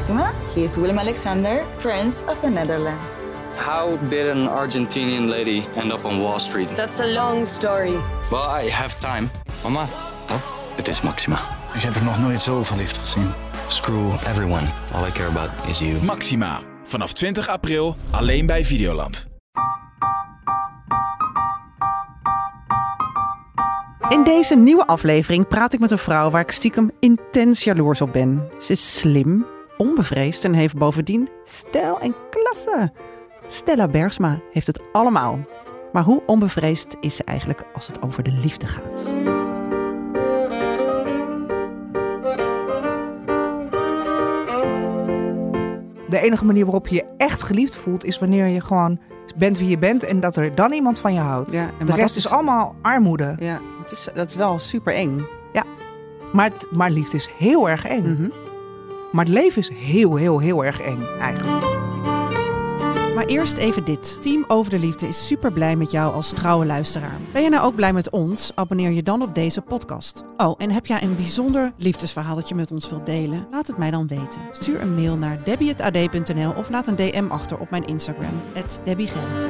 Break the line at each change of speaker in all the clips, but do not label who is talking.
Maxima. He is Willem-Alexander, Prince of the Netherlands.
How did an Argentinian lady end up on Wall Street?
That's a long story.
Well, I have time.
Mama,
Het is Maxima.
ik heb er nog nooit zo verliefd gezien.
Screw everyone. All I care about is you.
Maxima. Vanaf 20 april alleen bij Videoland.
In deze nieuwe aflevering praat ik met een vrouw waar ik stiekem intens jaloers op ben. Ze is slim, onbevreesd en heeft bovendien stijl en klasse. Stella Bergsma heeft het allemaal. Maar hoe onbevreesd is ze eigenlijk als het over de liefde gaat?
De enige manier waarop je je echt geliefd voelt is wanneer je gewoon bent wie je bent en dat er dan iemand van je houdt.
Ja,
de rest is allemaal armoede.
Ja, dat is wel super eng.
Ja, maar liefde is heel erg eng.
Mm-hmm.
Maar het leven is heel erg eng eigenlijk.
Maar eerst even dit. Team Over de Liefde is super blij met jou als trouwe luisteraar. Ben je nou ook blij met ons? Abonneer je dan op deze podcast. Oh, en heb jij een bijzonder liefdesverhaal dat je met ons wilt delen? Laat het mij dan weten. Stuur een mail naar debbie@ad.nl of laat een DM achter op mijn Instagram, @debbiegerrit.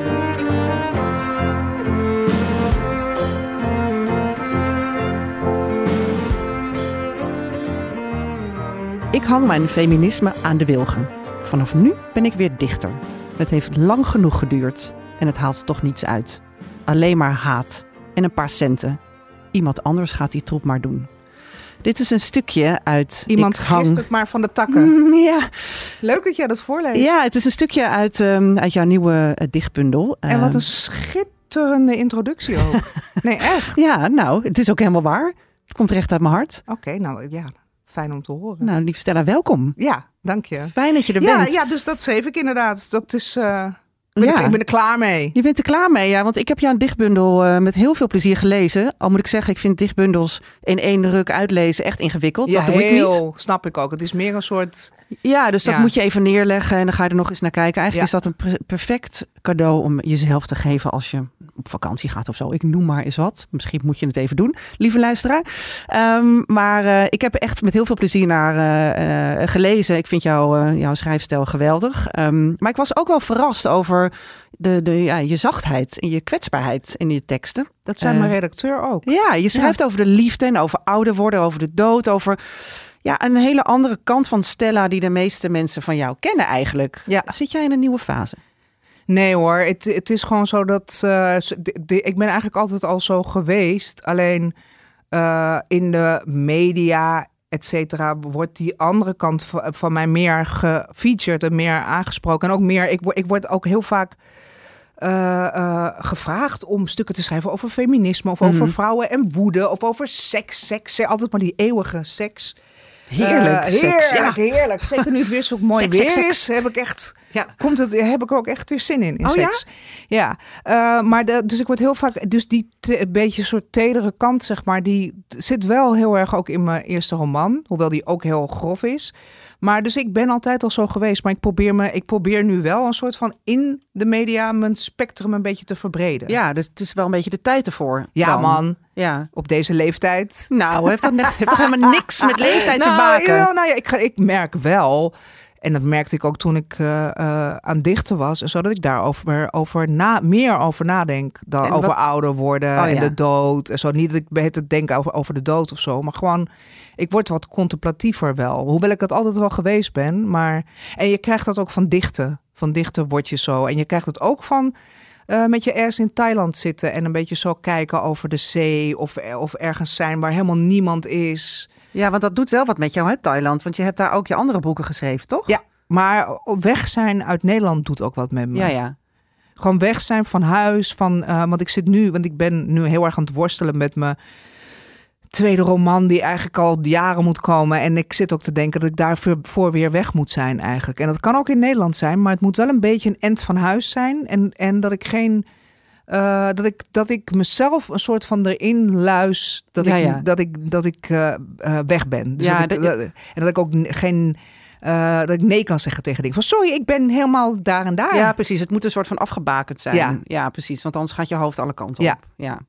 Ik hang mijn feminisme aan de wilgen. Vanaf nu ben ik weer dichter. Het heeft lang genoeg geduurd en het haalt toch niets uit. Alleen maar haat en een paar centen. Iemand anders gaat die troep maar doen. Dit is een stukje uit...
Iemand gist het maar van de takken.
Ja.
Leuk dat jij dat voorleest.
Ja, het is een stukje uit jouw nieuwe dichtbundel.
En wat een schitterende introductie ook. Nee, echt.
Ja, nou, het is ook helemaal waar. Het komt recht uit mijn hart.
Oké, nou ja, fijn om te horen.
Nou, lieve Stella, welkom.
Ja, dank je.
Fijn dat je er bent.
Ja, dus dat schreef ik inderdaad. Dat is... Ik ben er klaar mee.
Je bent er klaar mee, ja. Want ik heb jouw dichtbundel met heel veel plezier gelezen. Al moet ik zeggen, ik vind dichtbundels in één ruk uitlezen echt ingewikkeld.
Ja,
dat doe ik niet.
Snap ik ook. Het is meer een soort...
Ja, dus dat moet je even neerleggen en dan ga je er nog eens naar kijken. Eigenlijk is dat een perfect cadeau om jezelf te geven als je op vakantie gaat of zo. Ik noem maar eens wat. Misschien moet je het even doen, lieve luisteraar. Maar ik heb er echt met heel veel plezier naar gelezen. Ik vind jouw schrijfstijl geweldig. Maar ik was ook wel verrast over je zachtheid en je kwetsbaarheid in je teksten.
Dat zei mijn redacteur ook.
Ja, je schrijft over de liefde en over ouder worden, over de dood, over... Ja, een hele andere kant van Stella die de meeste mensen van jou kennen eigenlijk. Ja. Zit jij in een nieuwe fase?
Nee hoor, het is gewoon zo dat... ik ben eigenlijk altijd al zo geweest. Alleen in de media, et cetera, wordt die andere kant van mij meer gefeatured en meer aangesproken. En ook meer, ik word ook heel vaak... gevraagd om stukken te schrijven over feminisme... of over vrouwen en woede, of over seks. Altijd maar die eeuwige seks...
Heerlijk.
Heerlijk. Zeker nu het weer zo mooi weer is, heb ik echt... Ja. Heb ik er ook echt weer zin in seks. Ja. Dus ik word heel vaak... Dus die beetje soort tedere kant, zeg maar... die zit wel heel erg ook in mijn eerste roman. Hoewel die ook heel grof is. Maar dus ik ben altijd al zo geweest. Maar ik probeer nu wel een soort van in de media... mijn spectrum een beetje te verbreden.
Ja, dus het is wel een beetje de tijd ervoor.
Ja,
dan.
Man.
Ja.
Op deze leeftijd.
Nou, heeft toch helemaal niks met leeftijd te maken?
Ik merk wel... En dat merkte ik ook toen ik aan dichten was. En zo dat ik daarover meer over nadenk. Dan over ouder worden en de dood. En zo. Niet dat ik het denk over de dood of zo. Maar gewoon, ik word wat contemplatiever wel. Hoewel ik dat altijd wel geweest ben. En je krijgt dat ook van dichten. Van dichten word je zo. En je krijgt het ook van... met je ergens in Thailand zitten. En een beetje zo kijken over de zee. Of ergens zijn waar helemaal niemand is...
Ja, want dat doet wel wat met jou, hè, Thailand. Want je hebt daar ook je andere boeken geschreven, toch?
Ja, maar weg zijn uit Nederland doet ook wat met me.
Ja.
Gewoon weg zijn van huis. Want ik ben nu heel erg aan het worstelen met mijn tweede roman... die eigenlijk al jaren moet komen. En ik zit ook te denken dat ik daarvoor weer weg moet zijn eigenlijk. En dat kan ook in Nederland zijn. Maar het moet wel een beetje een end van huis zijn. En dat ik geen... dat ik mezelf een soort van erin luis dat ik weg ben. Dus en dat ik ook geen dat ik nee kan zeggen tegen dingen van sorry, ik ben helemaal daar en daar.
Ja, precies. Het moet een soort van afgebakend zijn. Ja, precies. Want anders gaat je hoofd alle kanten op. Ja.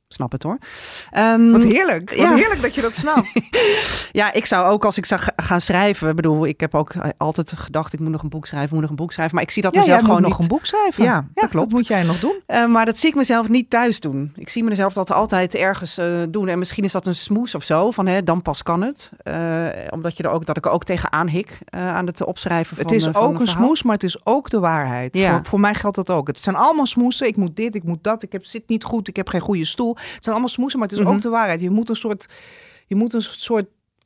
snap het hoor.
Wat heerlijk. Wat heerlijk dat je dat snapt.
Ja, ik zou ook als ik zou gaan schrijven. Ik bedoel, ik heb ook altijd gedacht, ik moet nog een boek schrijven. Maar ik zie dat mezelf gewoon
nog
niet.
een boek schrijven.
Ja, dat klopt.
Dat moet jij nog doen.
Maar dat zie ik mezelf niet thuis doen. Ik zie mezelf dat altijd ergens doen. En misschien is dat een smoes of zo. Van dan pas kan het. Omdat dat ik er ook tegenaan hik aan het opschrijven van.
Het is ook een smoes, maar het is ook de waarheid. Ja. Voor mij geldt dat ook. Het zijn allemaal smoesen. Ik moet dit, ik moet dat. Zit niet goed. Ik heb geen goede stoel. Het zijn allemaal smoesen, maar het is ook de waarheid. Je moet een soort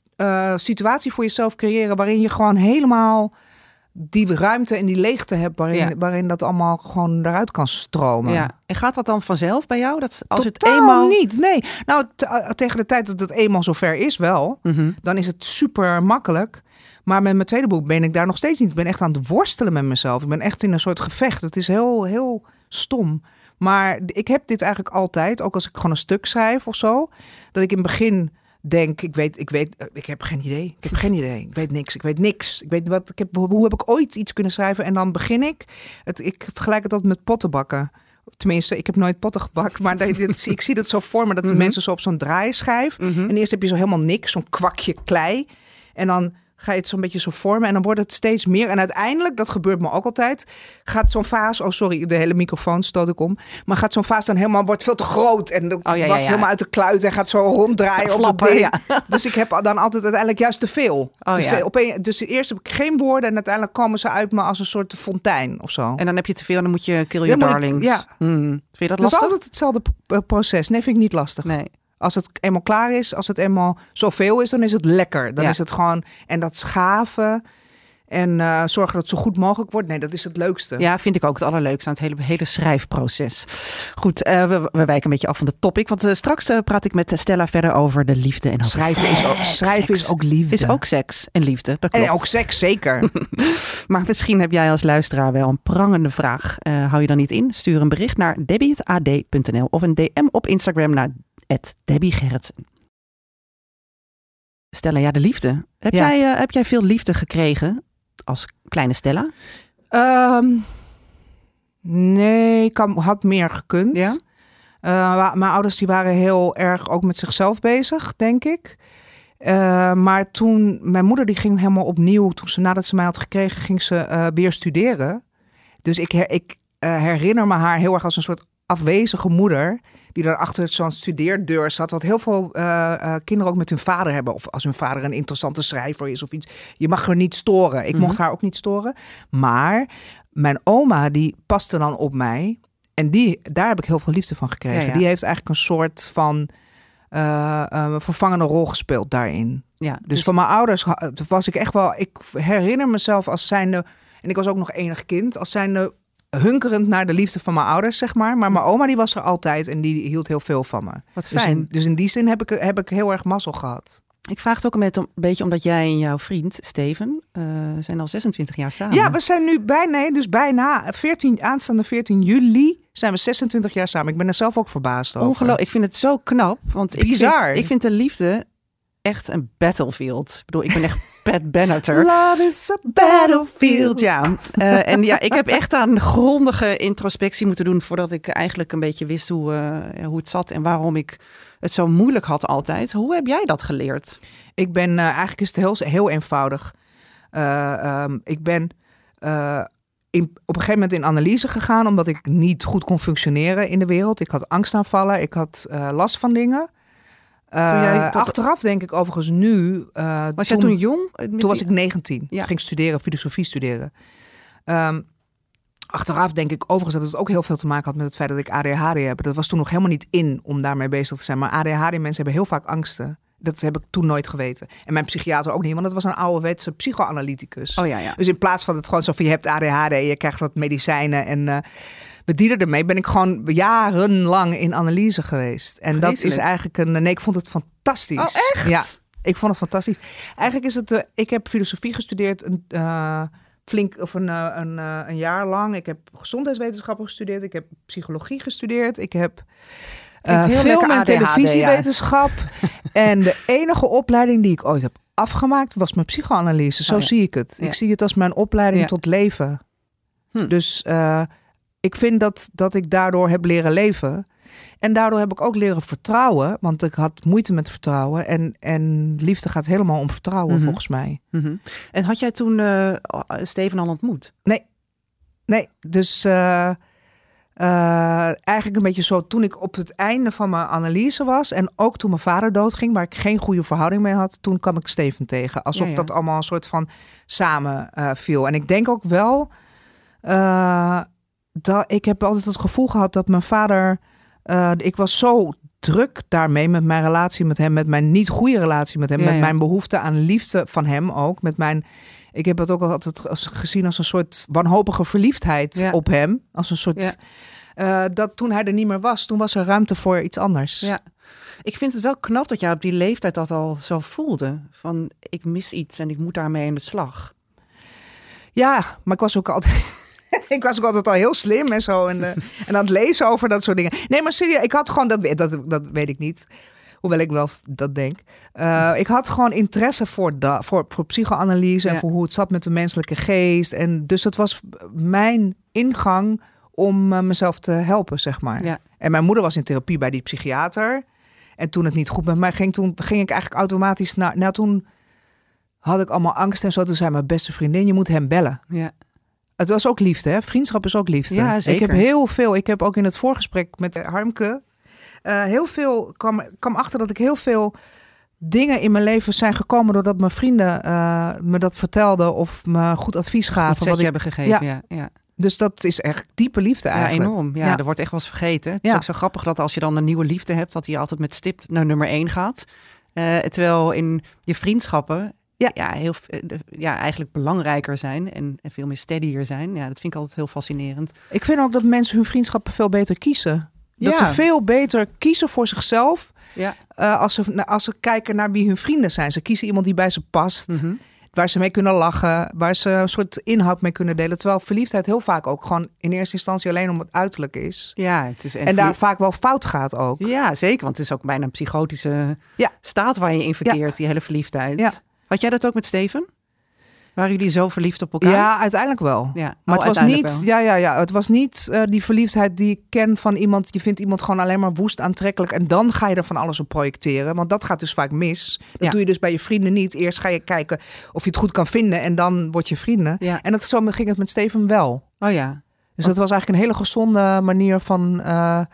situatie voor jezelf creëren waarin je gewoon helemaal die ruimte en die leegte hebt waarin dat allemaal gewoon eruit kan stromen.
Ja. En gaat dat dan vanzelf bij jou? Dat als
Totaal
het eenmaal
niet. Nee. Nou, tegen de tijd dat het eenmaal zover is wel, dan is het super makkelijk. Maar met mijn tweede boek ben ik daar nog steeds niet. Ik ben echt aan het worstelen met mezelf. Ik ben echt in een soort gevecht. Het is heel, heel stom. Maar ik heb dit eigenlijk altijd, ook als ik gewoon een stuk schrijf of zo, dat ik in het begin denk, ik heb geen idee. Ik heb geen idee. Ik weet niks. Hoe heb ik ooit iets kunnen schrijven? En dan begin ik. Ik vergelijk het altijd met pottenbakken. Tenminste, ik heb nooit potten gebakken, maar ik zie dat zo voor me, dat de mensen zo op zo'n draaischijf. En eerst heb je zo helemaal niks, zo'n kwakje klei. En dan ga je het zo'n beetje zo vormen en dan wordt het steeds meer. En uiteindelijk, dat gebeurt me ook altijd, gaat zo'n vaas... Oh, sorry, de hele microfoon stoot ik om. Maar gaat zo'n vaas dan helemaal, wordt veel te groot. En de was helemaal uit de kluit en gaat zo ronddraaien op het ding. Ja. Dus ik heb dan altijd uiteindelijk juist te veel. Dus eerst heb ik geen woorden en uiteindelijk komen ze uit me als een soort fontein of zo.
En dan heb je te veel en dan moet je kill your darlings. Vind je dat lastig?
Het is altijd hetzelfde proces. Nee, vind ik niet lastig.
Nee.
Als het eenmaal klaar is, als het eenmaal zoveel is, dan is het lekker. Dan is het gewoon, en dat schaven en zorgen dat het zo goed mogelijk wordt. Nee, dat is het leukste.
Ja, vind ik ook het allerleukste aan het hele schrijfproces. Goed, we wijken een beetje af van de topic. Want straks praat ik met Stella verder over de liefde. En
Schrijven is ook liefde.
Is ook seks en liefde, dat klopt.
En ook seks, zeker.
Maar misschien heb jij als luisteraar wel een prangende vraag. Hou je dan niet in? Stuur een bericht naar debbie@ad.nl of een DM op Instagram naar @debbiegerritsen. Stella, ja, de liefde. Heb jij veel liefde gekregen als kleine Stella?
Nee, had meer gekund.
Ja?
Mijn ouders die waren heel erg ook met zichzelf bezig, denk ik. Maar toen, mijn moeder die ging helemaal opnieuw, nadat ze mij had gekregen, ging ze weer studeren. Dus ik herinner me haar heel erg als een soort afwezige moeder die dan achter zo'n studeerdeur zat, wat heel veel kinderen ook met hun vader hebben. Of als hun vader een interessante schrijver is of iets. Je mag er niet storen. Ik mocht haar ook niet storen. Maar mijn oma, die paste dan op mij. En daar heb ik heel veel liefde van gekregen. Ja. Die heeft eigenlijk een soort van vervangende rol gespeeld daarin. Ja, dus van mijn ouders was ik echt wel... Ik herinner mezelf als zijnde... En ik was ook nog enig kind. Als zijnde hunkerend naar de liefde van mijn ouders, zeg maar. Maar mijn oma die was er altijd en die hield heel veel van me.
Wat fijn.
Dus in die zin heb ik heel erg mazzel gehad.
Ik vraag het ook een beetje omdat jij en jouw vriend Steven zijn al 26 jaar samen.
Ja, we zijn nu bijna aanstaande 14 juli zijn we 26 jaar samen. Ik ben er zelf ook verbaasd over.
Ongelooflijk. Ik vind het zo knap, want ik vind de liefde echt een battlefield. Ik bedoel, ik ben echt Pat Benatar.
Love is a battlefield.
Ja, en ja, ik heb echt aan grondige introspectie moeten doen voordat ik eigenlijk een beetje wist hoe het zat en waarom ik het zo moeilijk had altijd. Hoe heb jij dat geleerd?
Ik ben, eigenlijk is het heel eenvoudig. Ik ben op een gegeven moment in analyse gegaan, omdat ik niet goed kon functioneren in de wereld. Ik had angstaanvallen, ik had last van dingen. Achteraf denk ik overigens nu...
Was jij toen jong?
Toen was ik 19. Ja. Ging studeren, filosofie studeren. Achteraf denk ik overigens dat het ook heel veel te maken had met het feit dat ik ADHD heb. Dat was toen nog helemaal niet in om daarmee bezig te zijn. Maar ADHD-mensen hebben heel vaak angsten. Dat heb ik toen nooit geweten. En mijn psychiater ook niet, want dat was een ouderwetse psychoanalyticus.
Oh, ja.
Dus in plaats van het gewoon zo van je hebt ADHD, je krijgt wat medicijnen en we dealen ermee, ben ik gewoon jarenlang in analyse geweest. En dat is eigenlijk ik vond het fantastisch.
Oh, echt?
Ja, ik vond het fantastisch. Eigenlijk is het, ik heb filosofie gestudeerd, een jaar lang. Ik heb gezondheidswetenschappen gestudeerd. Ik heb psychologie gestudeerd. Ik heb film en televisiewetenschap. Ja. En de enige opleiding die ik ooit heb afgemaakt was mijn psychoanalyse. Zo zie ik het. Ja. Ik zie het als mijn opleiding tot leven. Dus ik vind dat ik daardoor heb leren leven. En daardoor heb ik ook leren vertrouwen. Want ik had moeite met vertrouwen. En liefde gaat helemaal om vertrouwen, volgens mij.
Mm-hmm. En had jij toen Steven al ontmoet?
Nee, dus eigenlijk een beetje zo toen ik op het einde van mijn analyse was. En ook toen mijn vader doodging, waar ik geen goede verhouding mee had. Toen kwam ik Steven tegen. Alsof dat allemaal een soort van samen viel. En ik denk ook wel... ik heb altijd het gevoel gehad dat mijn vader... ik was zo druk daarmee met mijn relatie met hem, met mijn niet goede relatie met hem, met mijn behoefte aan liefde van hem ook, ik heb het ook altijd gezien als een soort wanhopige verliefdheid op hem, als een soort dat toen hij er niet meer was, toen was er ruimte voor iets anders. Ja.
Ik vind het wel knap dat jij op die leeftijd dat al zo voelde, van ik mis iets en ik moet daarmee aan de slag.
Ja, maar ik was ook altijd al heel slim en zo. En aan het lezen over dat soort dingen. Nee, maar serieus, ik had gewoon, dat weet ik niet. Hoewel ik wel dat denk. Ik had gewoon interesse voor psychoanalyse en voor hoe het zat met de menselijke geest. En dus dat was mijn ingang om mezelf te helpen, zeg maar. Ja. En mijn moeder was in therapie bij die psychiater. En toen het niet goed met mij ging, toen ging ik eigenlijk automatisch naar... Nou, toen had ik allemaal angst en zo. Toen zei mijn beste vriendin, je moet hem bellen. Ja. Het was ook liefde, hè? Vriendschap is ook liefde.
Ja, zeker.
Ik heb ook in het voorgesprek met Harmke kwam achter dat ik heel veel dingen in mijn leven zijn gekomen doordat mijn vrienden me dat vertelden of me goed advies gaven.
Wat hebben gegeven, ja.
Dus dat is echt diepe liefde eigenlijk.
Ja, enorm. Ja, er wordt echt wel eens vergeten. Het is ook zo grappig dat als je dan een nieuwe liefde hebt, dat die altijd met stip naar nummer 1 gaat. Terwijl in je vriendschappen eigenlijk belangrijker zijn en veel meer steadier zijn. Ja, dat vind ik altijd heel fascinerend.
Ik vind ook dat mensen hun vriendschappen veel beter kiezen. Dat ze veel beter kiezen voor zichzelf. Ja. Als ze kijken naar wie hun vrienden zijn. Ze kiezen iemand die bij ze past. Mm-hmm. Waar ze mee kunnen lachen. Waar ze een soort inhoud mee kunnen delen. Terwijl verliefdheid heel vaak ook gewoon in eerste instantie alleen om het uiterlijk is. Ja, het is en daar vaak wel fout gaat ook.
Ja, zeker. Want het is ook bijna een psychotische staat waar je in verkeert. Die hele verliefdheid. Ja. Had jij dat ook met Steven? Waren jullie zo verliefd op elkaar?
Ja, uiteindelijk wel. Ja. Maar het was niet. Het was niet die verliefdheid die ik ken van iemand. Je vindt iemand gewoon alleen maar woest aantrekkelijk en dan ga je er van alles op projecteren. Want dat gaat dus vaak mis. Dat doe je dus bij je vrienden niet. Eerst ga je kijken of je het goed kan vinden en dan word je vrienden. Ja. En zo ging het met Steven wel.
Oh ja.
Dus dat was eigenlijk een hele gezonde manier van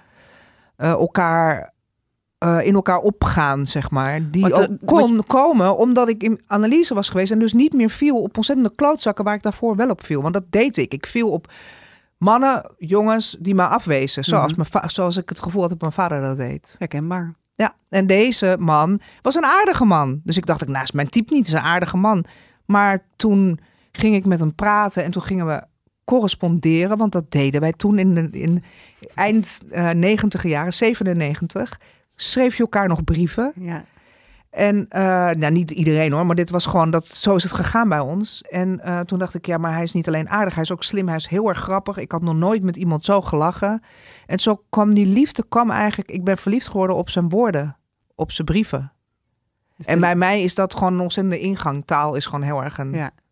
elkaar. In elkaar opgaan, zeg maar. Die ook kon komen omdat ik in analyse was geweest en dus niet meer viel op ontzettende klootzakken waar ik daarvoor wel op viel. Want dat deed ik. Ik viel op mannen, jongens die me afwezen. Zoals ik het gevoel had dat mijn vader dat deed.
Herkenbaar.
Ja, en deze man was een aardige man. Dus ik dacht, is mijn type niet, is een aardige man. Maar toen ging ik met hem praten en toen gingen we corresponderen. Want dat deden wij toen in eind 90 jaren, 97... schreef je elkaar nog brieven. Ja. En niet iedereen hoor, maar dit was gewoon zo is het gegaan bij ons. En toen dacht ik, maar hij is niet alleen aardig, hij is ook slim, hij is heel erg grappig. Ik had nog nooit met iemand zo gelachen. En zo kwam die liefde eigenlijk, ik ben verliefd geworden op zijn woorden, op zijn brieven. En bij mij is dat gewoon een ontzettende ingang. Taal is gewoon heel erg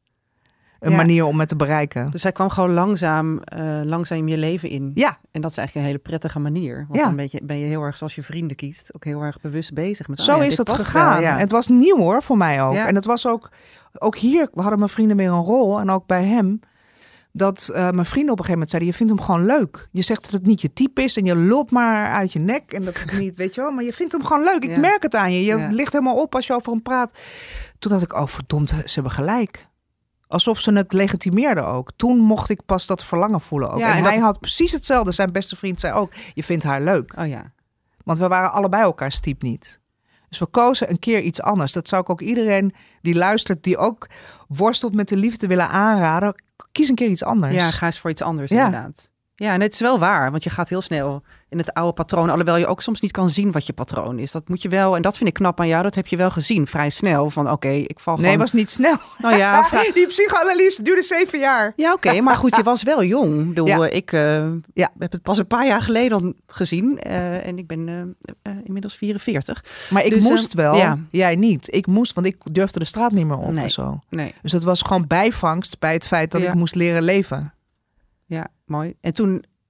een manier om het te bereiken.
Dus hij kwam gewoon langzaam je leven in. Ja. En dat is eigenlijk een hele prettige manier. Want dan ben je heel erg, zoals je vrienden kiest, ook heel erg bewust bezig met.
Zo is dat gegaan. Ja. Het was nieuw hoor, voor mij ook. Ja. En het was ook hier, we hadden mijn vrienden weer een rol. En ook bij hem, dat mijn vrienden op een gegeven moment zeiden, je vindt hem gewoon leuk. Je zegt dat het niet je type is en je lult maar uit je nek. En dat het niet, weet je wel. Maar je vindt hem gewoon leuk. Ik merk het aan je. Je ligt helemaal op als je over hem praat. Toen dacht ik, verdomd, ze hebben gelijk. Alsof ze het legitimeerden ook. Toen mocht ik pas dat verlangen voelen ook. Ja, en hij had precies hetzelfde. Zijn beste vriend zei ook, je vindt haar leuk. Oh ja. Want we waren allebei elkaars type niet. Dus we kozen een keer iets anders. Dat zou ik ook iedereen die luistert, die ook worstelt met de liefde willen aanraden. Kies een keer iets anders.
Ja, ga eens voor iets anders inderdaad. Ja, en het is wel waar, want je gaat heel snel in het oude patroon. Alhoewel je ook soms niet kan zien wat je patroon is. Dat moet je wel, en dat vind ik knap aan jou, dat heb je wel gezien vrij snel. Van ik val gewoon...
Nee, was niet snel.
Nou ja,
die psychoanalyse duurde 7 jaar.
Ja, oké, maar goed, je was wel jong. Ik bedoel, ik heb het pas een paar jaar geleden gezien. En ik ben inmiddels 44.
Maar ik moest wel, jij niet. Ik moest, want ik durfde de straat niet meer op en zo.
Nee.
Dus dat was gewoon bijvangst bij het feit dat ik moest leren leven.
Ja, mooi. En toen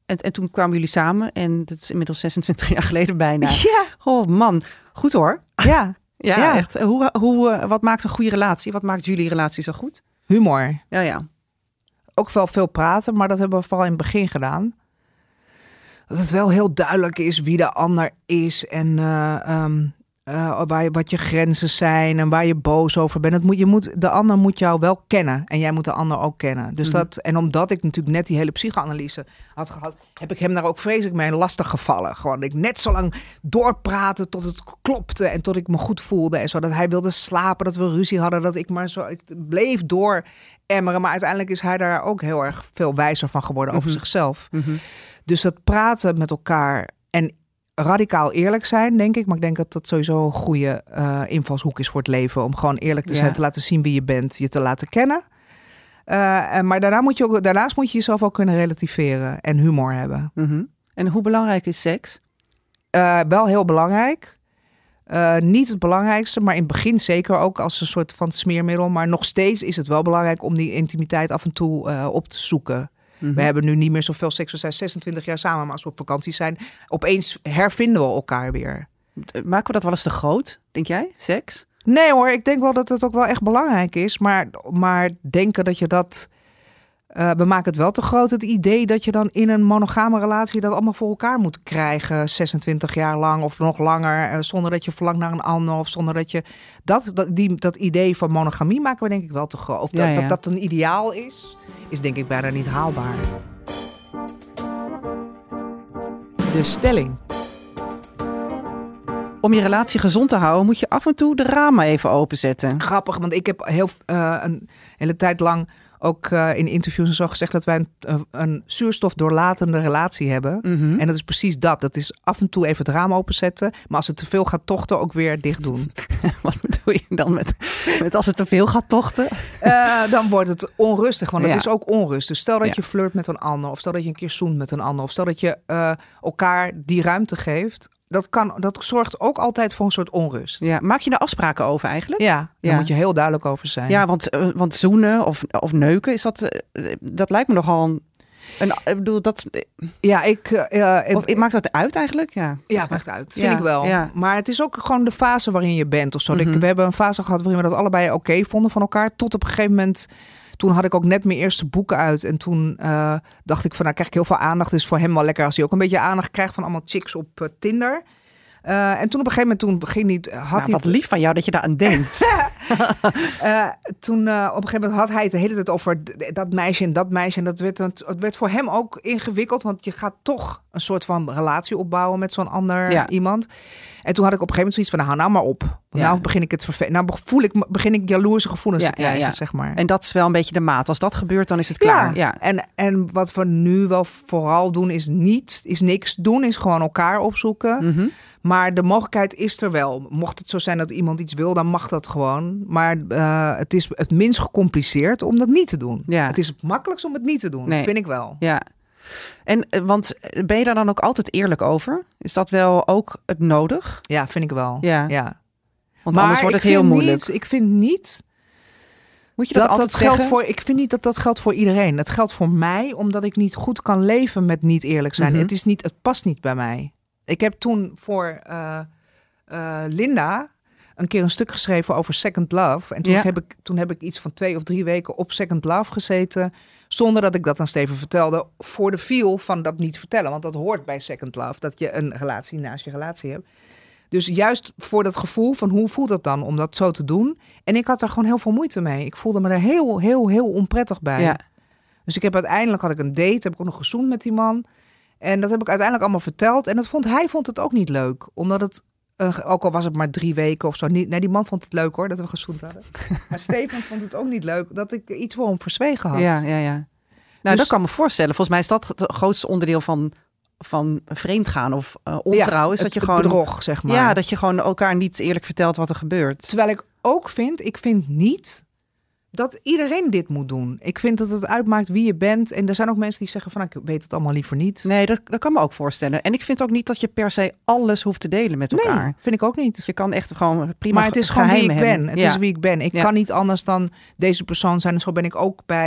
En toen kwamen jullie samen en dat is inmiddels 26 jaar geleden bijna.
Ja.
Oh man, goed hoor.
Ja.
Ja, echt. Wat maakt een goede relatie? Wat maakt jullie relatie zo goed?
Humor.
Ja.
Ook wel veel praten, maar dat hebben we vooral in het begin gedaan. Dat het wel heel duidelijk is wie de ander is en wat je grenzen zijn en waar je boos over bent. De ander moet jou wel kennen en jij moet de ander ook kennen. Dus en omdat ik natuurlijk net die hele psychoanalyse had gehad, heb ik hem daar ook vreselijk mee lastig gevallen. Gewoon ik net zo lang doorpraten tot het klopte en tot ik me goed voelde en zo. Dat hij wilde slapen, dat we ruzie hadden, dat ik maar zo bleef dooremmeren. Maar uiteindelijk is hij daar ook heel erg veel wijzer van geworden over zichzelf. Dus dat praten met elkaar en radicaal eerlijk zijn, denk ik. Maar ik denk dat dat sowieso een goede invalshoek is voor het leven. Om gewoon eerlijk te zijn, te laten zien wie je bent, je te laten kennen. Maar daarnaast moet je jezelf ook kunnen relativeren en humor hebben.
En hoe belangrijk is seks?
Wel heel belangrijk. Niet het belangrijkste, maar in het begin zeker ook als een soort van smeermiddel. Maar nog steeds is het wel belangrijk om die intimiteit af en toe op te zoeken. We hebben nu niet meer zoveel seks. We zijn 26 jaar samen, maar als we op vakantie zijn, opeens hervinden we elkaar weer.
Maken we dat wel eens te groot, denk jij, seks?
Nee hoor, ik denk wel dat het ook wel echt belangrijk is. Maar denken dat je dat... we maken het wel te groot, het idee dat je dan in een monogame relatie dat allemaal voor elkaar moet krijgen. 26 jaar lang of nog langer, zonder dat je verlangt naar een ander. Of zonder dat je... Dat idee van monogamie maken we denk ik wel te groot. Of dat een ideaal is denk ik bijna niet haalbaar. De stelling.
Om je relatie gezond te houden moet je af en toe de ramen even openzetten.
Grappig, want ik heb een hele tijd lang ook in interviews en zo gezegd dat wij een zuurstofdoorlatende relatie hebben. En dat is precies dat. Dat is af en toe even het raam openzetten. Maar als het te veel gaat tochten, ook weer dicht doen.
Wat bedoel je dan met als het te veel gaat tochten?
Dan wordt het onrustig. Want het is ook onrust. Dus stel dat je flirt met een ander. Of stel dat je een keer zoent met een ander. Of stel dat je elkaar die ruimte geeft. Dat zorgt ook altijd voor een soort onrust. Ja,
maak je daar afspraken over eigenlijk?
Ja, daar moet je heel duidelijk over zijn.
Ja, want zoenen of neuken, is dat lijkt me nogal ik bedoel, dat... Ja, maakt dat uit eigenlijk? Ja,
het maakt uit. Vind ik wel. Ja. Maar het is ook gewoon de fase waarin je bent of zo. We hebben een fase gehad waarin we dat allebei oké vonden van elkaar. Tot op een gegeven moment... Toen had ik ook net mijn eerste boeken uit. En toen dacht ik van, krijg ik heel veel aandacht. Het is voor hem wel lekker als hij ook een beetje aandacht krijgt van allemaal chicks op Tinder. En toen op een gegeven moment ging niet...
Wat lief van jou dat je daar aan denkt.
Toen op een gegeven moment had hij het de hele tijd over dat meisje en dat meisje. En het werd voor hem ook ingewikkeld. Want je gaat toch een soort van relatie opbouwen met zo'n ander iemand. En toen had ik op een gegeven moment zoiets van, nou maar op. Nou begin ik het begin ik jaloerse gevoelens te krijgen, zeg maar.
En dat is wel een beetje de maat. Als dat gebeurt, dan is het klaar. Ja.
En wat we nu wel vooral doen is niks doen. Is gewoon elkaar opzoeken. Maar de mogelijkheid is er wel. Mocht het zo zijn dat iemand iets wil, dan mag dat gewoon. Maar het is het minst gecompliceerd om dat niet te doen. Ja. Het is het makkelijkst om het niet te doen, vind ik wel.
Ja. En want ben je daar dan ook altijd eerlijk over? Is dat wel ook het nodig?
Ja, vind ik wel.
Ja. Want anders wordt het heel moeilijk.
Ik vind niet...
Moet je dat altijd zeggen?
Ik vind niet dat dat geldt voor iedereen. Het geldt voor mij, omdat ik niet goed kan leven met niet eerlijk zijn. Het past niet bij mij. Ik heb toen voor Linda een keer een stuk geschreven over Second Love. En toen heb ik iets van 2 of 3 weken op Second Love gezeten. Zonder dat ik dat aan Steven vertelde. Voor de feel van dat niet vertellen. Want dat hoort bij Second Love. Dat je een relatie naast je relatie hebt. Dus juist voor dat gevoel van hoe voelt dat dan om dat zo te doen. En ik had er gewoon heel veel moeite mee. Ik voelde me er heel, heel, heel onprettig bij. Ja. Dus uiteindelijk had ik een date. Heb ik ook nog gezoend met die man. En dat heb ik uiteindelijk allemaal verteld. En hij vond het ook niet leuk. Omdat het, ook al was het maar 3 weken of zo. Nee, die man vond het leuk hoor, dat we gezoend hadden. Maar Steven vond het ook niet leuk dat ik iets voor hem verzwegen had.
Ja. Nou, dus, dat kan me voorstellen. Volgens mij is dat het grootste onderdeel van vreemdgaan of ontrouw. Is dat je gewoon
bedrog, zeg maar.
Ja, dat je gewoon elkaar niet eerlijk vertelt wat er gebeurt.
Terwijl ik ook ik vind niet dat iedereen dit moet doen. Ik vind dat het uitmaakt wie je bent. En er zijn ook mensen die zeggen van, ik weet het allemaal liever niet.
Nee, dat kan me ook voorstellen. En ik vind ook niet dat je per se alles hoeft te delen met elkaar.
Nee, vind ik ook niet.
Dus je kan echt gewoon prima.
Maar het is gewoon wie ik ben. Het is wie ik ben. Ik kan niet anders dan deze persoon zijn. En zo ben ik ook bij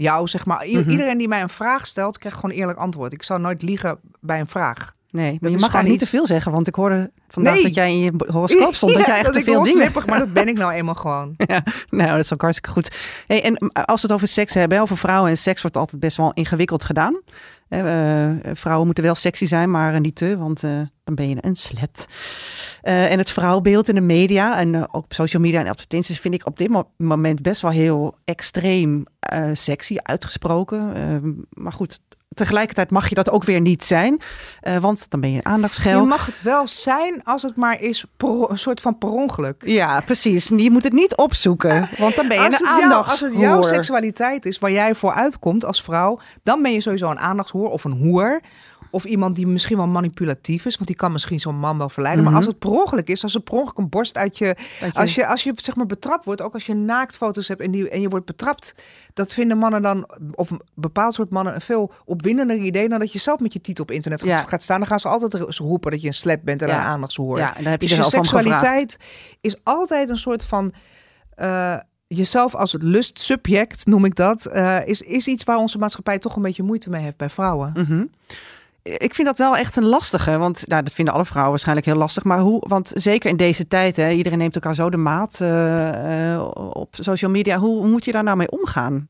jou, zeg maar. Iedereen die mij een vraag stelt, krijgt gewoon eerlijk antwoord. Ik zou nooit liegen bij een vraag.
Nee, maar je mag gewoon niet te veel zeggen. Want ik hoorde vandaag dat jij in je horoscoop stond. Dat jij echt te veel dingen...
Maar dat ben ik nou eenmaal gewoon.
Ja, nou, dat is ook hartstikke goed. Hey, en als we het over seks hebben, over vrouwen en seks wordt altijd best wel ingewikkeld gedaan. Vrouwen moeten wel sexy zijn, maar niet te, want dan ben je een slet. En het vrouwbeeld in de media en ook op social media en advertenties vind ik op dit moment best wel heel extreem sexy uitgesproken. Maar goed, tegelijkertijd mag je dat ook weer niet zijn, want dan ben je een aandachtsgeil.
Je mag het wel zijn als het maar is een soort van per ongeluk.
Ja, precies. Je moet het niet opzoeken, want dan ben je een aandachtshoer.
Als het jouw seksualiteit is waar jij voor uitkomt als vrouw, dan ben je sowieso een aandachtshoer of een hoer. Of iemand die misschien wel manipulatief is, want die kan misschien zo'n man wel verleiden. Maar als het per ongeluk is, als er per ongeluk een borst uit je... Als je zeg maar betrapt wordt, ook als je naaktfoto's hebt en je wordt betrapt, dat vinden mannen dan, of een bepaald soort mannen, een veel opwindender idee dan dat je zelf met je titel op internet gaat staan. Dan gaan ze altijd roepen dat je een slet bent en een aandachtshoer.
Ja, en dan heb je
dus
je
seksualiteit is altijd een soort van... jezelf als lustsubject, noem ik dat, is iets waar onze maatschappij toch een beetje moeite mee heeft bij vrouwen.
Mm-hmm. Ik vind dat wel echt een lastige, want dat vinden alle vrouwen waarschijnlijk heel lastig. Maar want zeker in deze tijd, iedereen neemt elkaar zo de maat op social media. Hoe moet je daar nou mee omgaan?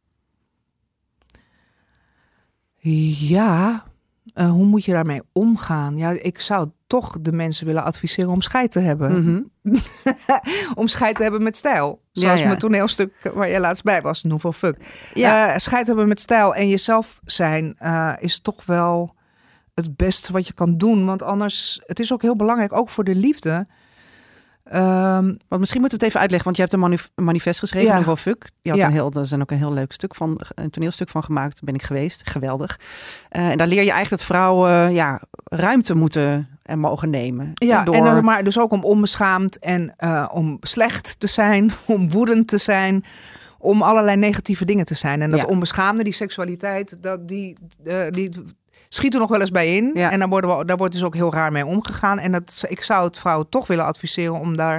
Ja, hoe moet je daarmee omgaan? Ja, ik zou toch de mensen willen adviseren om scheid te hebben.
Mm-hmm.
Om scheid te hebben met stijl. Zoals mijn toneelstuk waar je laatst bij was, Nouvelle Fuck. Ja. Scheid hebben met stijl en jezelf zijn is toch wel het beste wat je kan doen. Want anders, het is ook heel belangrijk, ook voor de liefde.
Want misschien moeten we het even uitleggen, want je hebt een manifest geschreven, Nouvelle Fuck. Je had daar is ook een heel leuk stuk van, een toneelstuk van gemaakt. Daar ben ik geweest, geweldig. En daar leer je eigenlijk dat vrouwen ruimte moeten en mogen nemen.
Ja, maar dus ook om onbeschaamd en om slecht te zijn, om woedend te zijn, om allerlei negatieve dingen te zijn. En dat onbeschaamde, die seksualiteit, die schiet er nog wel eens bij in. Ja. En daar wordt dus ook heel raar mee omgegaan. En ik zou het vrouwen toch willen adviseren om daar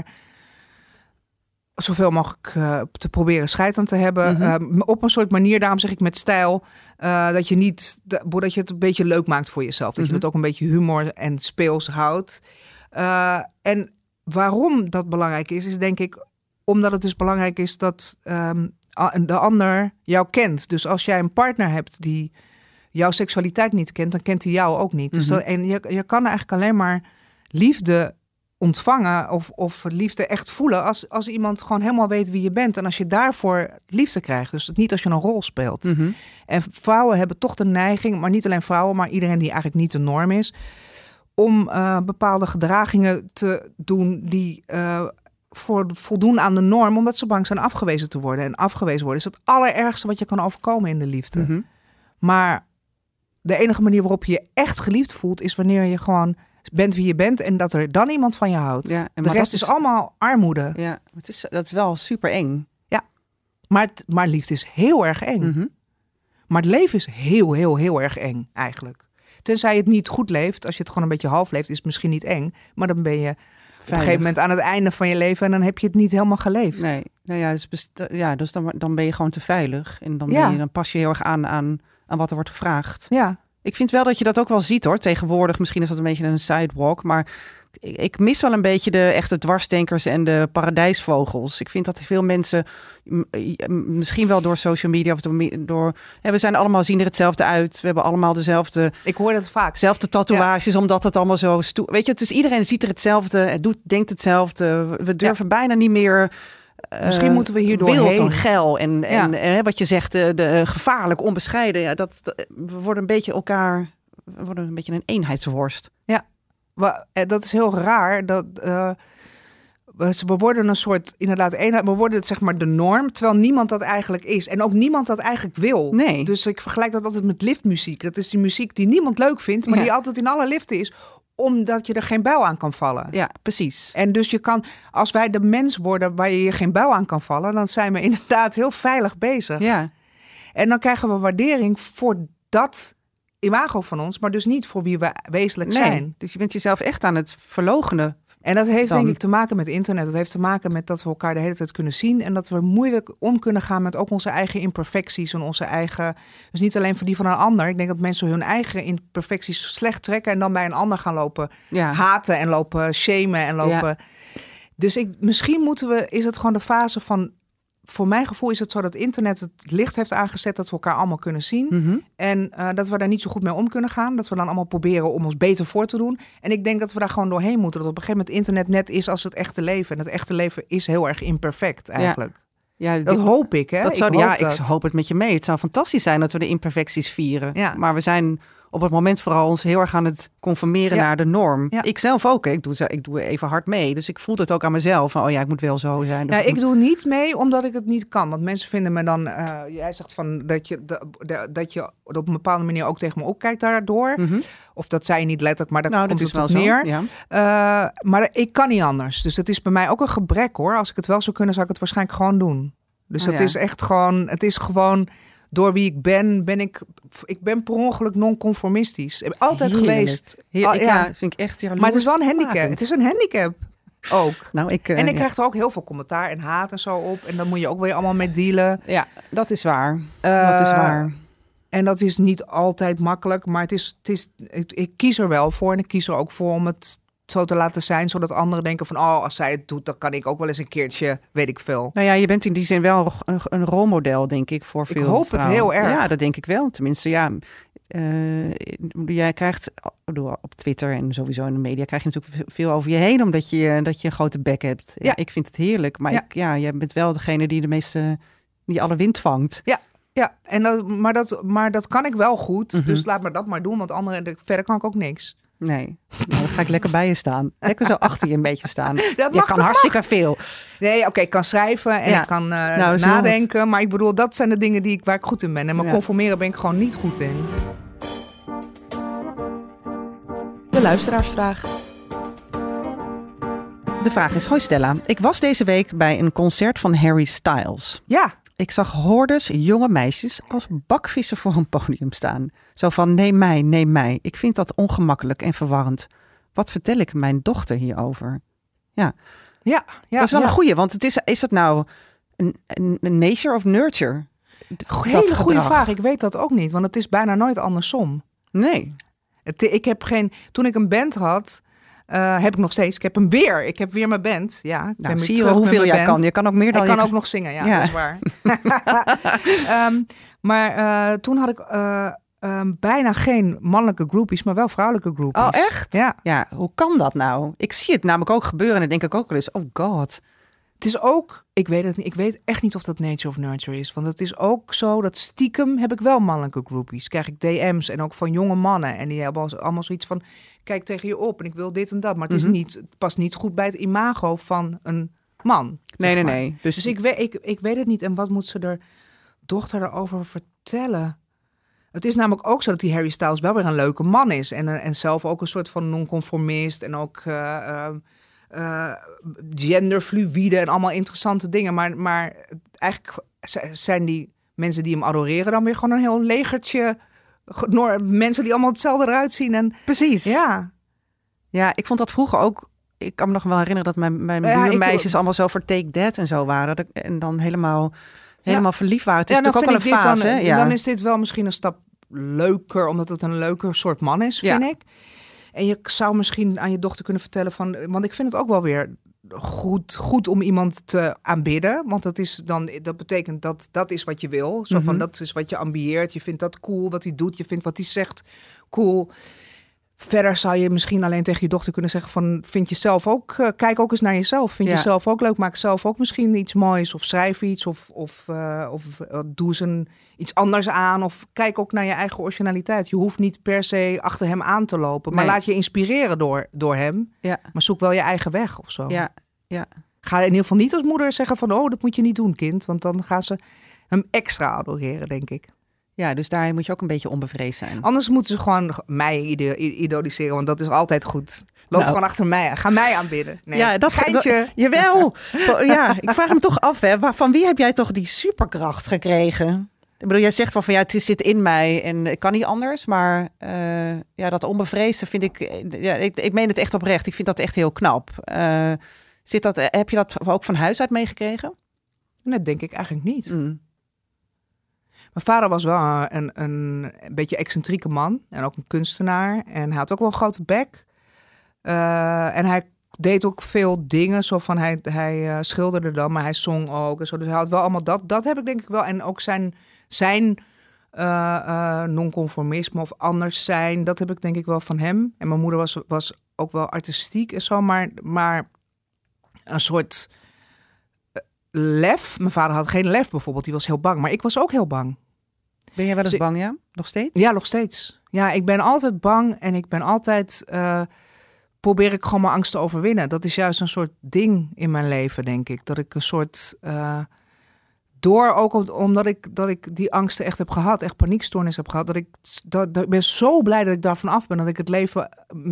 zoveel mogelijk te proberen scheid aan te hebben. Mm-hmm. Op een soort manier, daarom zeg ik met stijl, dat je het een beetje leuk maakt voor jezelf. Dat je het ook een beetje humor en speels houdt. En waarom dat belangrijk is denk ik omdat het dus belangrijk is dat de ander jou kent. Dus als jij een partner hebt die jouw seksualiteit niet kent, dan kent hij jou ook niet. Mm-hmm. Dus en je kan eigenlijk alleen maar liefde ontvangen of liefde echt voelen als iemand gewoon helemaal weet wie je bent. En als je daarvoor liefde krijgt. Dus niet als je een rol speelt. Mm-hmm. En vrouwen hebben toch de neiging, maar niet alleen vrouwen, maar iedereen die eigenlijk niet de norm is, om bepaalde gedragingen te doen die voldoen aan de norm, omdat ze bang zijn afgewezen te worden. En afgewezen worden is het allerergste wat je kan overkomen in de liefde. Mm-hmm. Maar de enige manier waarop je je echt geliefd voelt, is wanneer je gewoon bent wie je bent en dat er dan iemand van je houdt. Ja, de rest is allemaal armoede.
Ja, dat is wel super eng.
Ja, maar liefde is heel erg eng. Mm-hmm. Maar het leven is heel, heel, heel erg eng eigenlijk. Tenzij je het niet goed leeft, als je het gewoon een beetje half leeft, is het misschien niet eng. Maar dan ben je op een gegeven moment aan het einde van je leven en dan heb je het niet helemaal geleefd.
Nee, nou ja, dus dan ben je gewoon te veilig. En dan pas je heel erg aan wat er wordt gevraagd.
Ja.
Ik vind wel dat je dat ook wel ziet hoor. Tegenwoordig, misschien is dat een beetje een sidewalk. Maar ik mis wel een beetje de echte dwarsdenkers en de paradijsvogels. Ik vind dat veel mensen, misschien wel door social media of door we zijn allemaal, zien er hetzelfde uit. We hebben allemaal dezelfde.
Ik hoor dat vaak.
Dezelfde tatoeages, omdat het allemaal zo weet je, het is iedereen ziet er hetzelfde, denkt hetzelfde. We durven bijna niet meer.
Misschien moeten we hier doorheen.
Wild en geil en wat je zegt, de gevaarlijk, onbescheiden. Ja, we worden een beetje we worden een beetje een eenheidsworst.
Ja, dat is heel raar. We worden een soort, inderdaad, eenheid. We worden het zeg maar de norm, terwijl niemand dat eigenlijk is. En ook niemand dat eigenlijk wil.
Nee.
Dus ik vergelijk dat altijd met liftmuziek. Dat is die muziek die niemand leuk vindt, maar die altijd in alle liften is, omdat je er geen bijl aan kan vallen.
Ja, precies.
En dus als wij de mens worden waar je geen bijl aan kan vallen, dan zijn we inderdaad heel veilig bezig.
Ja.
En dan krijgen we waardering voor dat imago van ons, maar dus niet voor wie we wezenlijk zijn.
Dus je bent jezelf echt aan het verloochenen.
En dat heeft
Dan.
denk ik te maken met internet. Dat heeft te maken met dat we elkaar de hele tijd kunnen zien. En dat we moeilijk om kunnen gaan met ook onze eigen imperfecties. En onze eigen... Dus niet alleen voor die van een ander. Ik denk dat mensen hun eigen imperfecties slecht trekken. En dan bij een ander gaan lopen haten en lopen shamen en lopen... Ja. Dus misschien is het gewoon de fase van... Voor mijn gevoel is het zo dat internet het licht heeft aangezet... dat we elkaar allemaal kunnen zien.
Mm-hmm.
En dat we daar niet zo goed mee om kunnen gaan. Dat we dan allemaal proberen om ons beter voor te doen. En ik denk dat we daar gewoon doorheen moeten. Dat op een gegeven moment internet net is als het echte leven. En het echte leven is heel erg imperfect eigenlijk. Ja, dat hoop ik, hè?
Ik hoop het met je mee. Het zou fantastisch zijn dat we de imperfecties vieren. Ja. Maar we zijn op het moment vooral ons heel erg aan het conformeren naar de norm. Ja. Ik zelf ook. Hè. Ik doe even hard mee. Dus ik voel het ook aan mezelf. Van, ik moet wel zo zijn.
Ja, ik doe niet mee omdat ik het niet kan. Want mensen vinden me dan... jij zegt van dat je op een bepaalde manier ook tegen me opkijkt daardoor. Mm-hmm. Of dat zei je niet letterlijk, maar dat komt het op neer. Ja. Maar ik kan niet anders. Dus het is bij mij ook een gebrek, hoor. Als ik het wel zou kunnen, zou ik het waarschijnlijk gewoon doen. Dus dat is echt gewoon... Het is gewoon... Door wie ik ben ben per ongeluk non-conformistisch. Ik heb altijd geweest.
Vind ik echt jaloers.
Maar het is wel een handicap. Het is een handicap ook.
Ik
krijg er ook heel veel commentaar en haat en zo op. En dan moet je ook weer allemaal mee dealen.
Ja, dat is waar. Dat is waar.
En dat is niet altijd makkelijk. Maar ik kies er wel voor. En ik kies er ook voor om het zo te laten zijn, zodat anderen denken van... als zij het doet, dan kan ik ook wel eens een keertje, weet ik veel.
Nou ja, je bent in die zin wel een rolmodel, denk ik, voor veel vrouwen.
Ik hoop het heel erg.
Ja, dat denk ik wel. Tenminste, jij krijgt op Twitter en sowieso in de media... krijg je natuurlijk veel over je heen, omdat je een grote bek hebt. Ja, ik vind het heerlijk. Maar jij bent wel degene die alle wind vangt.
Ja, maar dat kan ik wel goed. Mm-hmm. Dus laat me dat maar doen, want verder kan ik ook niks.
Nee, dan ga ik lekker bij je staan. Lekker zo achter je een beetje staan. Je kan hartstikke veel.
Nee, ik kan schrijven en ik kan nadenken. Maar ik bedoel, dat zijn de dingen waar ik goed in ben. En me conformeren ben ik gewoon niet goed in.
De luisteraarsvraag.
De vraag is, hoi Stella. Ik was deze week bij een concert van Harry Styles.
Ja.
Ik zag hordes jonge meisjes als bakvissen voor een podium staan. Zo van, neem mij. Ik vind dat ongemakkelijk en verwarrend. Wat vertel ik mijn dochter hierover? Ja, dat is wel een goeie. Want is het nou een nature of nurture?
Hele goede vraag. Ik weet dat ook niet. Want het is bijna nooit andersom.
Nee.
Toen ik een band had... heb ik nog steeds. Ik heb weer mijn band. Ja,
zie je wel hoeveel jij kan. Je kan ook meer dan
ik kan ook nog zingen, dat is waar. Maar toen had ik bijna geen mannelijke groupies, maar wel vrouwelijke groupies.
Oh, echt? Ja, hoe kan dat nou? Ik zie het namelijk ook gebeuren en dan denk ik ook wel eens, oh god.
Het is ook, ik weet het niet, ik weet echt niet of dat nature of nurture is. Want het is ook zo dat stiekem heb ik wel mannelijke groupies. Krijg ik DM's en ook van jonge mannen. En die hebben allemaal zoiets van, kijk tegen je op en ik wil dit en dat. Maar het past niet goed bij het imago van een man.
Nee.
Dus ik weet het niet. En wat moet ze er dochter erover vertellen? Het is namelijk ook zo dat die Harry Styles wel weer een leuke man is. En zelf ook een soort van non-conformist en ook... genderfluïde en allemaal interessante dingen. Maar eigenlijk zijn die mensen die hem adoreren dan weer gewoon een heel legertje mensen die allemaal hetzelfde eruit zien. En,
precies. Ja, ik vond dat vroeger ook... Ik kan me nog wel herinneren dat mijn buurmeisjes allemaal zo voor Take That en zo waren. En dan helemaal verliefd waren. Het is natuurlijk ook wel een fase.
Dan is dit wel misschien een stap leuker, omdat het een leuker soort man is, vind ik. En je zou misschien aan je dochter kunnen vertellen van... Want ik vind het ook wel weer goed om iemand te aanbidden. Want dat betekent dat is wat je wil. Zo van, dat is wat je ambieert. Je vindt dat cool wat hij doet. Je vindt wat hij zegt cool. Verder zou je misschien alleen tegen je dochter kunnen zeggen van... Vind je zelf ook, kijk ook eens naar jezelf. Vind je zelf ook leuk, maak zelf ook misschien iets moois. Of schrijf iets, of doe eens iets anders aan. Of kijk ook naar je eigen originaliteit. Je hoeft niet per se achter hem aan te lopen. Maar laat je inspireren door hem. Ja. Maar zoek wel je eigen weg of zo.
Ja.
Ga in ieder geval niet als moeder zeggen van... dat moet je niet doen, kind. Want dan gaan ze hem extra adoreren, denk ik.
Ja, dus daar moet je ook een beetje onbevreesd zijn.
Anders moeten ze gewoon mij idoliseren, want dat is altijd goed. Loop gewoon achter mij. Ga mij aanbidden. Nee,
ja, dat geintje. Jawel. Ja, ik vraag me toch af, van wie heb jij toch die superkracht gekregen? Ik bedoel, jij zegt van ja, het zit in mij en ik kan niet anders. Maar dat onbevreesde vind ik... ik meen het echt oprecht. Ik vind dat echt heel knap. Heb je dat ook van huis uit meegekregen?
Nee, denk ik eigenlijk niet. Mijn vader was wel een beetje excentrieke man. En ook een kunstenaar. En hij had ook wel een grote bek. En hij deed ook veel dingen. Zo van hij schilderde dan, maar hij zong ook. En zo. Dus hij had wel allemaal dat. Dat heb ik denk ik wel. En ook zijn non-conformisme of anders zijn. Dat heb ik denk ik wel van hem. En mijn moeder was ook wel artistiek en zo. Maar een soort lef. Mijn vader had geen lef bijvoorbeeld. Die was heel bang. Maar ik was ook heel bang.
Ben jij wel eens bang, ja? Nog steeds?
Ja, nog steeds. Ja, ik ben altijd bang en ik ben altijd... probeer ik gewoon mijn angst te overwinnen. Dat is juist een soort ding in mijn leven, denk ik. Dat ik een soort... ook omdat ik die angsten echt heb gehad. Echt paniekstoornis heb gehad. Ik ben zo blij dat ik daarvan af ben. Dat ik het leven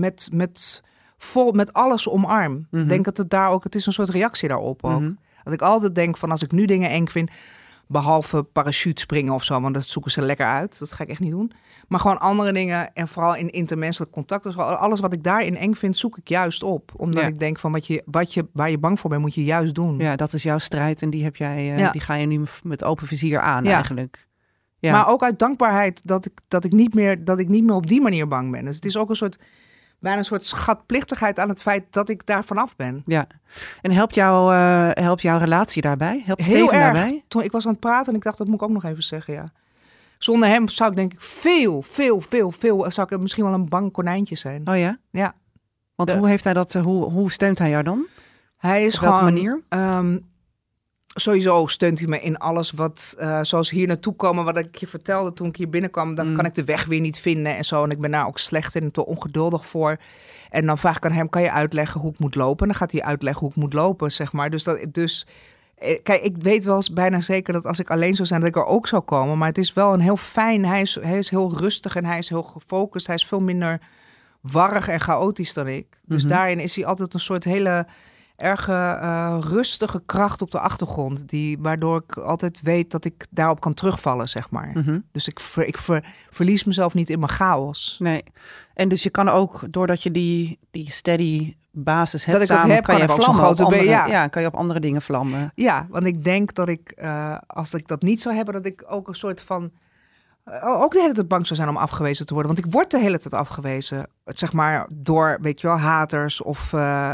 met alles omarm. Ik denk dat het is een soort reactie daarop ook. Dat ik altijd denk van als ik nu dingen eng vind... behalve parachute springen of zo, want dat zoeken ze lekker uit. Dat ga ik echt niet doen. Maar gewoon andere dingen en vooral in intermenselijk contact. Dus alles wat ik daarin eng vind, zoek ik juist op. Omdat ik denk van waar je bang voor bent, moet je juist doen.
Ja, dat is jouw strijd en die heb jij, die ga je nu met open vizier aan eigenlijk. Ja.
Maar ook uit dankbaarheid dat ik niet meer op die manier bang ben. Dus het is ook bijna een soort schatplichtigheid aan het feit dat ik daar vanaf ben.
Ja. En helpt jouw relatie daarbij? Helpt Steven
heel erg
daarbij?
Toen ik was aan het praten en ik dacht, dat moet ik ook nog even zeggen, ja. Zonder hem zou ik denk ik veel, zou ik misschien wel een bang konijntje zijn.
Oh ja?
Ja.
Want hoe heeft hij dat, hoe steunt hij jou dan?
Hij is
op welke
gewoon,
manier?
Sowieso steunt hij me in alles wat, zoals hier naartoe komen, wat ik je vertelde toen ik hier binnenkwam, dan kan ik de weg weer niet vinden en zo. En ik ben daar ook slecht in en te ongeduldig voor. En dan vraag ik aan hem, kan je uitleggen hoe ik moet lopen? En dan gaat hij uitleggen hoe ik moet lopen, zeg maar. Dus kijk, ik weet wel eens bijna zeker dat als ik alleen zou zijn, dat ik er ook zou komen. Maar het is wel een heel fijn, hij is heel rustig en hij is heel gefocust. Hij is veel minder warrig en chaotisch dan ik. Dus daarin is hij altijd een soort hele erge rustige kracht op de achtergrond. Waardoor ik altijd weet dat ik daarop kan terugvallen, zeg maar. Dus ik verlies mezelf niet in mijn chaos.
Nee. En dus je kan ook, doordat je die steady basis hebt,
dat ik het heb,
kan je
vlammen
kan je op andere dingen vlammen.
Ja, want ik denk dat ik, als ik dat niet zou hebben, dat ik ook een soort van ook de hele tijd bang zou zijn om afgewezen te worden. Want ik word de hele tijd afgewezen, zeg maar, door, weet je wel, haters of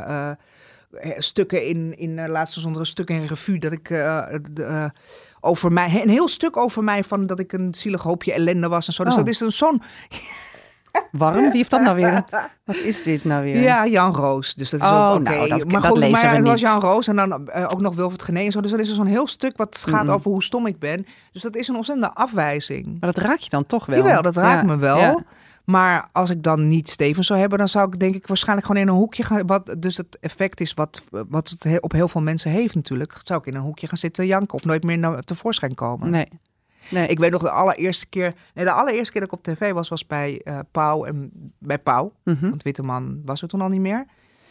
stukken in laatst was onder een stuk in revue dat ik over mij, een heel stuk over mij van dat ik een zielig hoopje ellende was en zo. Dus dat is zo'n
warm. Wie heeft dat nou weer? Wat is dit nou weer?
Ja, Jan Roos. Dus dat is ook oké.
Nou,
maar goed,
lezen we
het was
niet.
Jan Roos en dan ook nog Wilfred Genee en zo. Dus dat is zo'n heel stuk wat gaat over hoe stom ik ben. Dus dat is een ontzettende afwijzing.
Maar dat raak je dan toch wel?
Jawel, dat raakt me wel.
Ja.
Maar als ik dan niet Steven zou hebben, dan zou ik denk ik waarschijnlijk gewoon in een hoekje gaan. Dus het effect is wat het op heel veel mensen heeft natuurlijk. Zou ik in een hoekje gaan zitten janken of nooit meer tevoorschijn komen.
Nee.
Ik weet nog de allereerste keer dat ik op tv was bij Pauw en bij Pauw. Want Witteman was er toen al niet meer.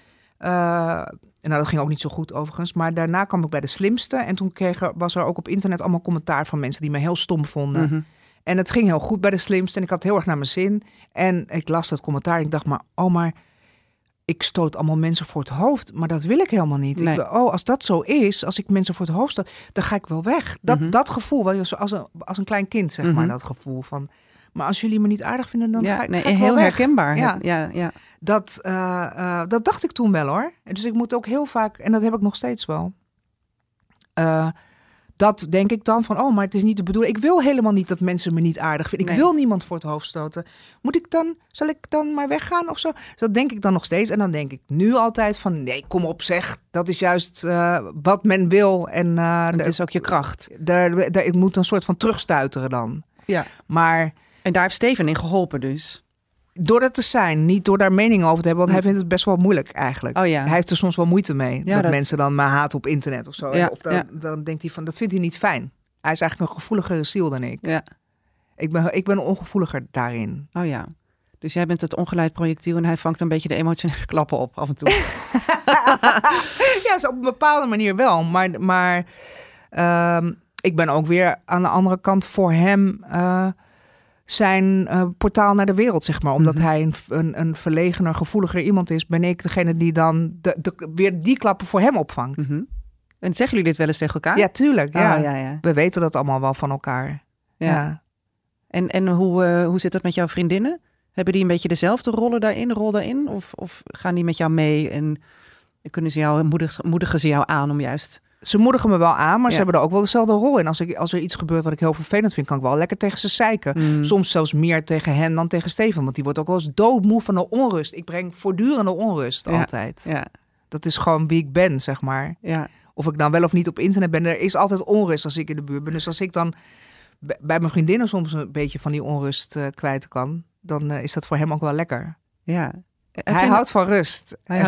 En dat ging ook niet zo goed overigens. Maar daarna kwam ik bij De Slimste. En toen was er ook op internet allemaal commentaar van mensen die me heel stom vonden. En het ging heel goed bij De Slimste. En ik had heel erg naar mijn zin. En ik las dat commentaar en ik dacht maar ik stoot allemaal mensen voor het hoofd. Maar dat wil ik helemaal niet.
Nee.
Als dat zo is, als ik mensen voor het hoofd stoot, dan ga ik wel weg. Dat gevoel, wel als een klein kind, zeg maar, dat gevoel van. Maar als jullie me niet aardig vinden, dan ga ik heel
heel
weg.
herkenbaar.
Ja. Dat dacht ik toen wel, hoor. En dus ik moet ook heel vaak, en dat heb ik nog steeds wel. Dat denk ik dan van, maar het is niet de bedoeling. Ik wil helemaal niet dat mensen me niet aardig vinden. Ik wil niemand voor het hoofd stoten. Zal ik dan maar weggaan of zo? Dat denk ik dan nog steeds. En dan denk ik nu altijd van, nee, kom op zeg. Dat is juist wat men wil. En
het is ook je kracht.
Ik moet een soort van terugstuiteren dan.
Ja.
Maar
en daar heeft Steven in geholpen dus?
Door dat te zijn, niet door daar mening over te hebben. Want hij vindt het best wel moeilijk eigenlijk.
Oh, ja.
Hij heeft er soms wel moeite mee.
Ja,
dat mensen dan maar haten op internet of zo.
Ja,
Of dan denkt hij van, dat vindt hij niet fijn. Hij is eigenlijk een gevoeligere ziel dan ik.
Ja. Ik ben ongevoeliger daarin. Oh ja. Dus jij bent het ongeleid projectiel en hij vangt een beetje de emotionele klappen op af en toe.
Ja, op een bepaalde manier wel. Maar ik ben ook weer aan de andere kant voor hem zijn portaal naar de wereld, zeg maar. Omdat hij een verlegener, gevoeliger iemand is, ben ik degene die dan weer die klappen voor hem opvangt.
Mm-hmm. En zeggen jullie dit wel eens tegen elkaar?
Ja, tuurlijk. Ja.
Ja.
We weten dat allemaal wel van elkaar. Ja.
En hoe zit dat met jouw vriendinnen? Hebben die een beetje dezelfde rol daarin? Of gaan die met jou mee en kunnen ze moedigen ze jou aan om juist...
Ze moedigen me wel aan, maar ze hebben er ook wel dezelfde rol in. Als er iets gebeurt wat ik heel vervelend vind, kan ik wel lekker tegen ze zeiken. Soms zelfs meer tegen hen dan tegen Steven. Want die wordt ook wel eens doodmoe van de onrust. Ik breng voortdurende onrust altijd. Ja. Dat is gewoon wie ik ben, zeg maar. Ja. Of ik nou wel of niet op internet ben, er is altijd onrust als ik in de buurt ben. Dus als ik dan bij mijn vriendinnen soms een beetje van die onrust kwijt kan, dan is dat voor hem ook wel lekker. Ja. Hij houdt van rust. Hij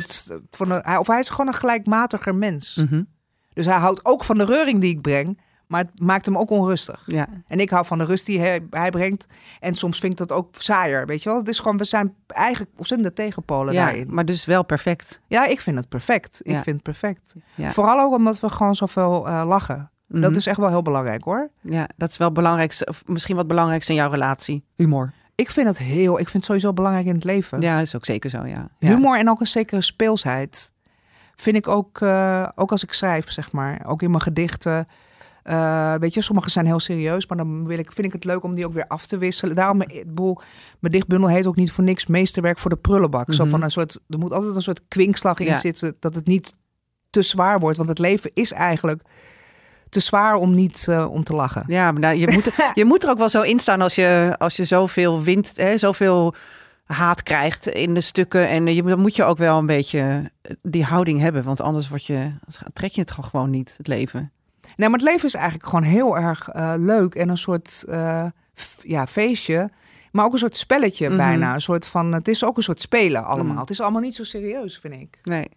is gewoon een gelijkmatiger mens. Mm-hmm. Dus hij houdt ook van de reuring die ik breng, maar het maakt hem ook onrustig. Ja. En ik hou van de rust die hij brengt. En soms vind ik dat ook saaier, weet je wel. Het is gewoon, we zijn eigenlijk ontzettend tegenpolen daarin.
Maar dus wel perfect.
Ja, ik vind het perfect. Ik vind het perfect. Ja. Vooral ook omdat we gewoon zoveel lachen. Mm-hmm. Dat is echt wel heel belangrijk, hoor.
Ja, dat is wel belangrijkste, of misschien wat belangrijkste in jouw relatie. Humor.
Ik vind het sowieso belangrijk in het leven.
Ja, is ook zeker zo, ja.
Humor en ook een zekere speelsheid. Vind ik ook als ik schrijf, zeg maar. Ook in mijn gedichten. Weet je, sommige zijn heel serieus. Maar dan vind ik het leuk om die ook weer af te wisselen. Daarom, mijn dichtbundel heet ook niet voor niks Meesterwerk voor de prullenbak. Mm-hmm. Zo van er moet altijd een soort kwinkslag in zitten. Dat het niet te zwaar wordt. Want het leven is eigenlijk te zwaar om niet om te lachen.
Ja, maar je moet er ook wel zo in staan als je zoveel wint, zoveel haat krijgt in de stukken. En dan moet je ook wel een beetje die houding hebben. Want anders trek je het gewoon niet, het leven.
Nee, maar het leven is eigenlijk gewoon heel erg leuk. En een soort feestje. Maar ook een soort spelletje bijna. Een soort van, het is ook een soort spelen allemaal. Het is allemaal niet zo serieus, vind ik.
Nee.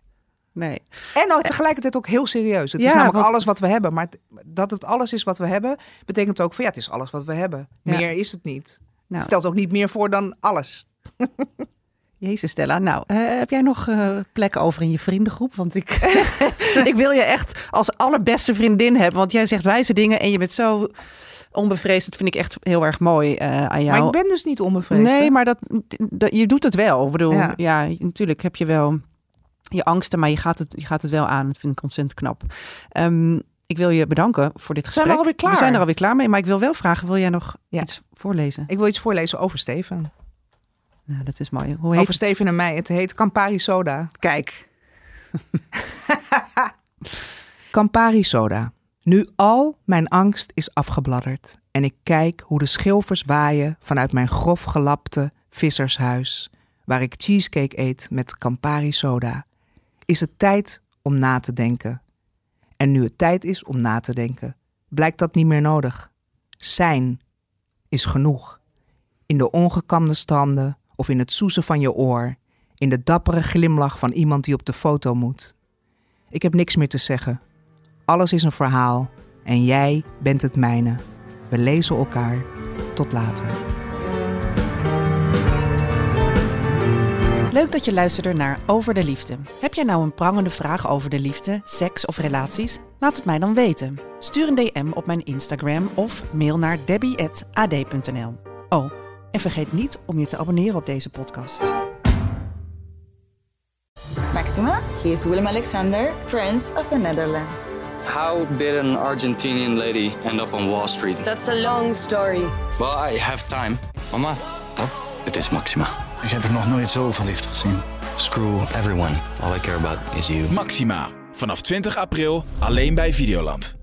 En tegelijkertijd ook heel serieus. Het is namelijk alles wat we hebben. Maar dat het alles is wat we hebben, betekent ook van het is alles wat we hebben. Meer is het niet. Nou. Het stelt ook niet meer voor dan alles.
Jezus Stella, nou, heb jij nog plek over in je vriendengroep? Want ik wil je echt als allerbeste vriendin hebben. Want jij zegt wijze dingen en je bent zo onbevreesd. Dat vind ik echt heel erg mooi aan jou.
Maar ik ben dus niet onbevreesd.
Nee, maar je doet het wel. Ik bedoel, ja, natuurlijk heb je wel je angsten, maar je gaat het wel aan. Dat vind ik ontzettend knap. Ik wil je bedanken voor dit gesprek. We zijn er alweer klaar mee. Maar ik wil wel vragen, wil jij nog iets voorlezen?
Ik wil iets voorlezen over Steven.
Nou, dat is mooi.
Hoe heet over Steven en mij. Het heet Campari Soda.
Kijk.
Campari Soda. Nu al mijn angst is afgebladderd en ik kijk hoe de schilfers waaien vanuit mijn grof gelapte vissershuis, waar ik cheesecake eet met Campari Soda, is het tijd om na te denken. En nu het tijd is om na te denken, blijkt dat niet meer nodig. Zijn is genoeg. In de ongekamde stranden of in het soezen van je oor, in de dappere glimlach van iemand die op de foto moet. Ik heb niks meer te zeggen. Alles is een verhaal en jij bent het mijne. We lezen elkaar. Tot later.
Leuk dat je luisterde naar Over de Liefde. Heb jij nou een prangende vraag over de liefde, seks of relaties? Laat het mij dan weten. Stuur een DM op mijn Instagram of mail naar debbie@ad.nl. Oh, en vergeet niet om je te abonneren op deze podcast.
Maxima, he is Willem-Alexander, Prince of the Netherlands.
How did an Argentinian lady end up on Wall Street?
That's a long story.
Well, I have time. Mama, het is Maxima.
Ik heb er nog nooit zo verliefd gezien.
Screw everyone. All I care about is you.
Maxima. Vanaf 20 april alleen bij Videoland.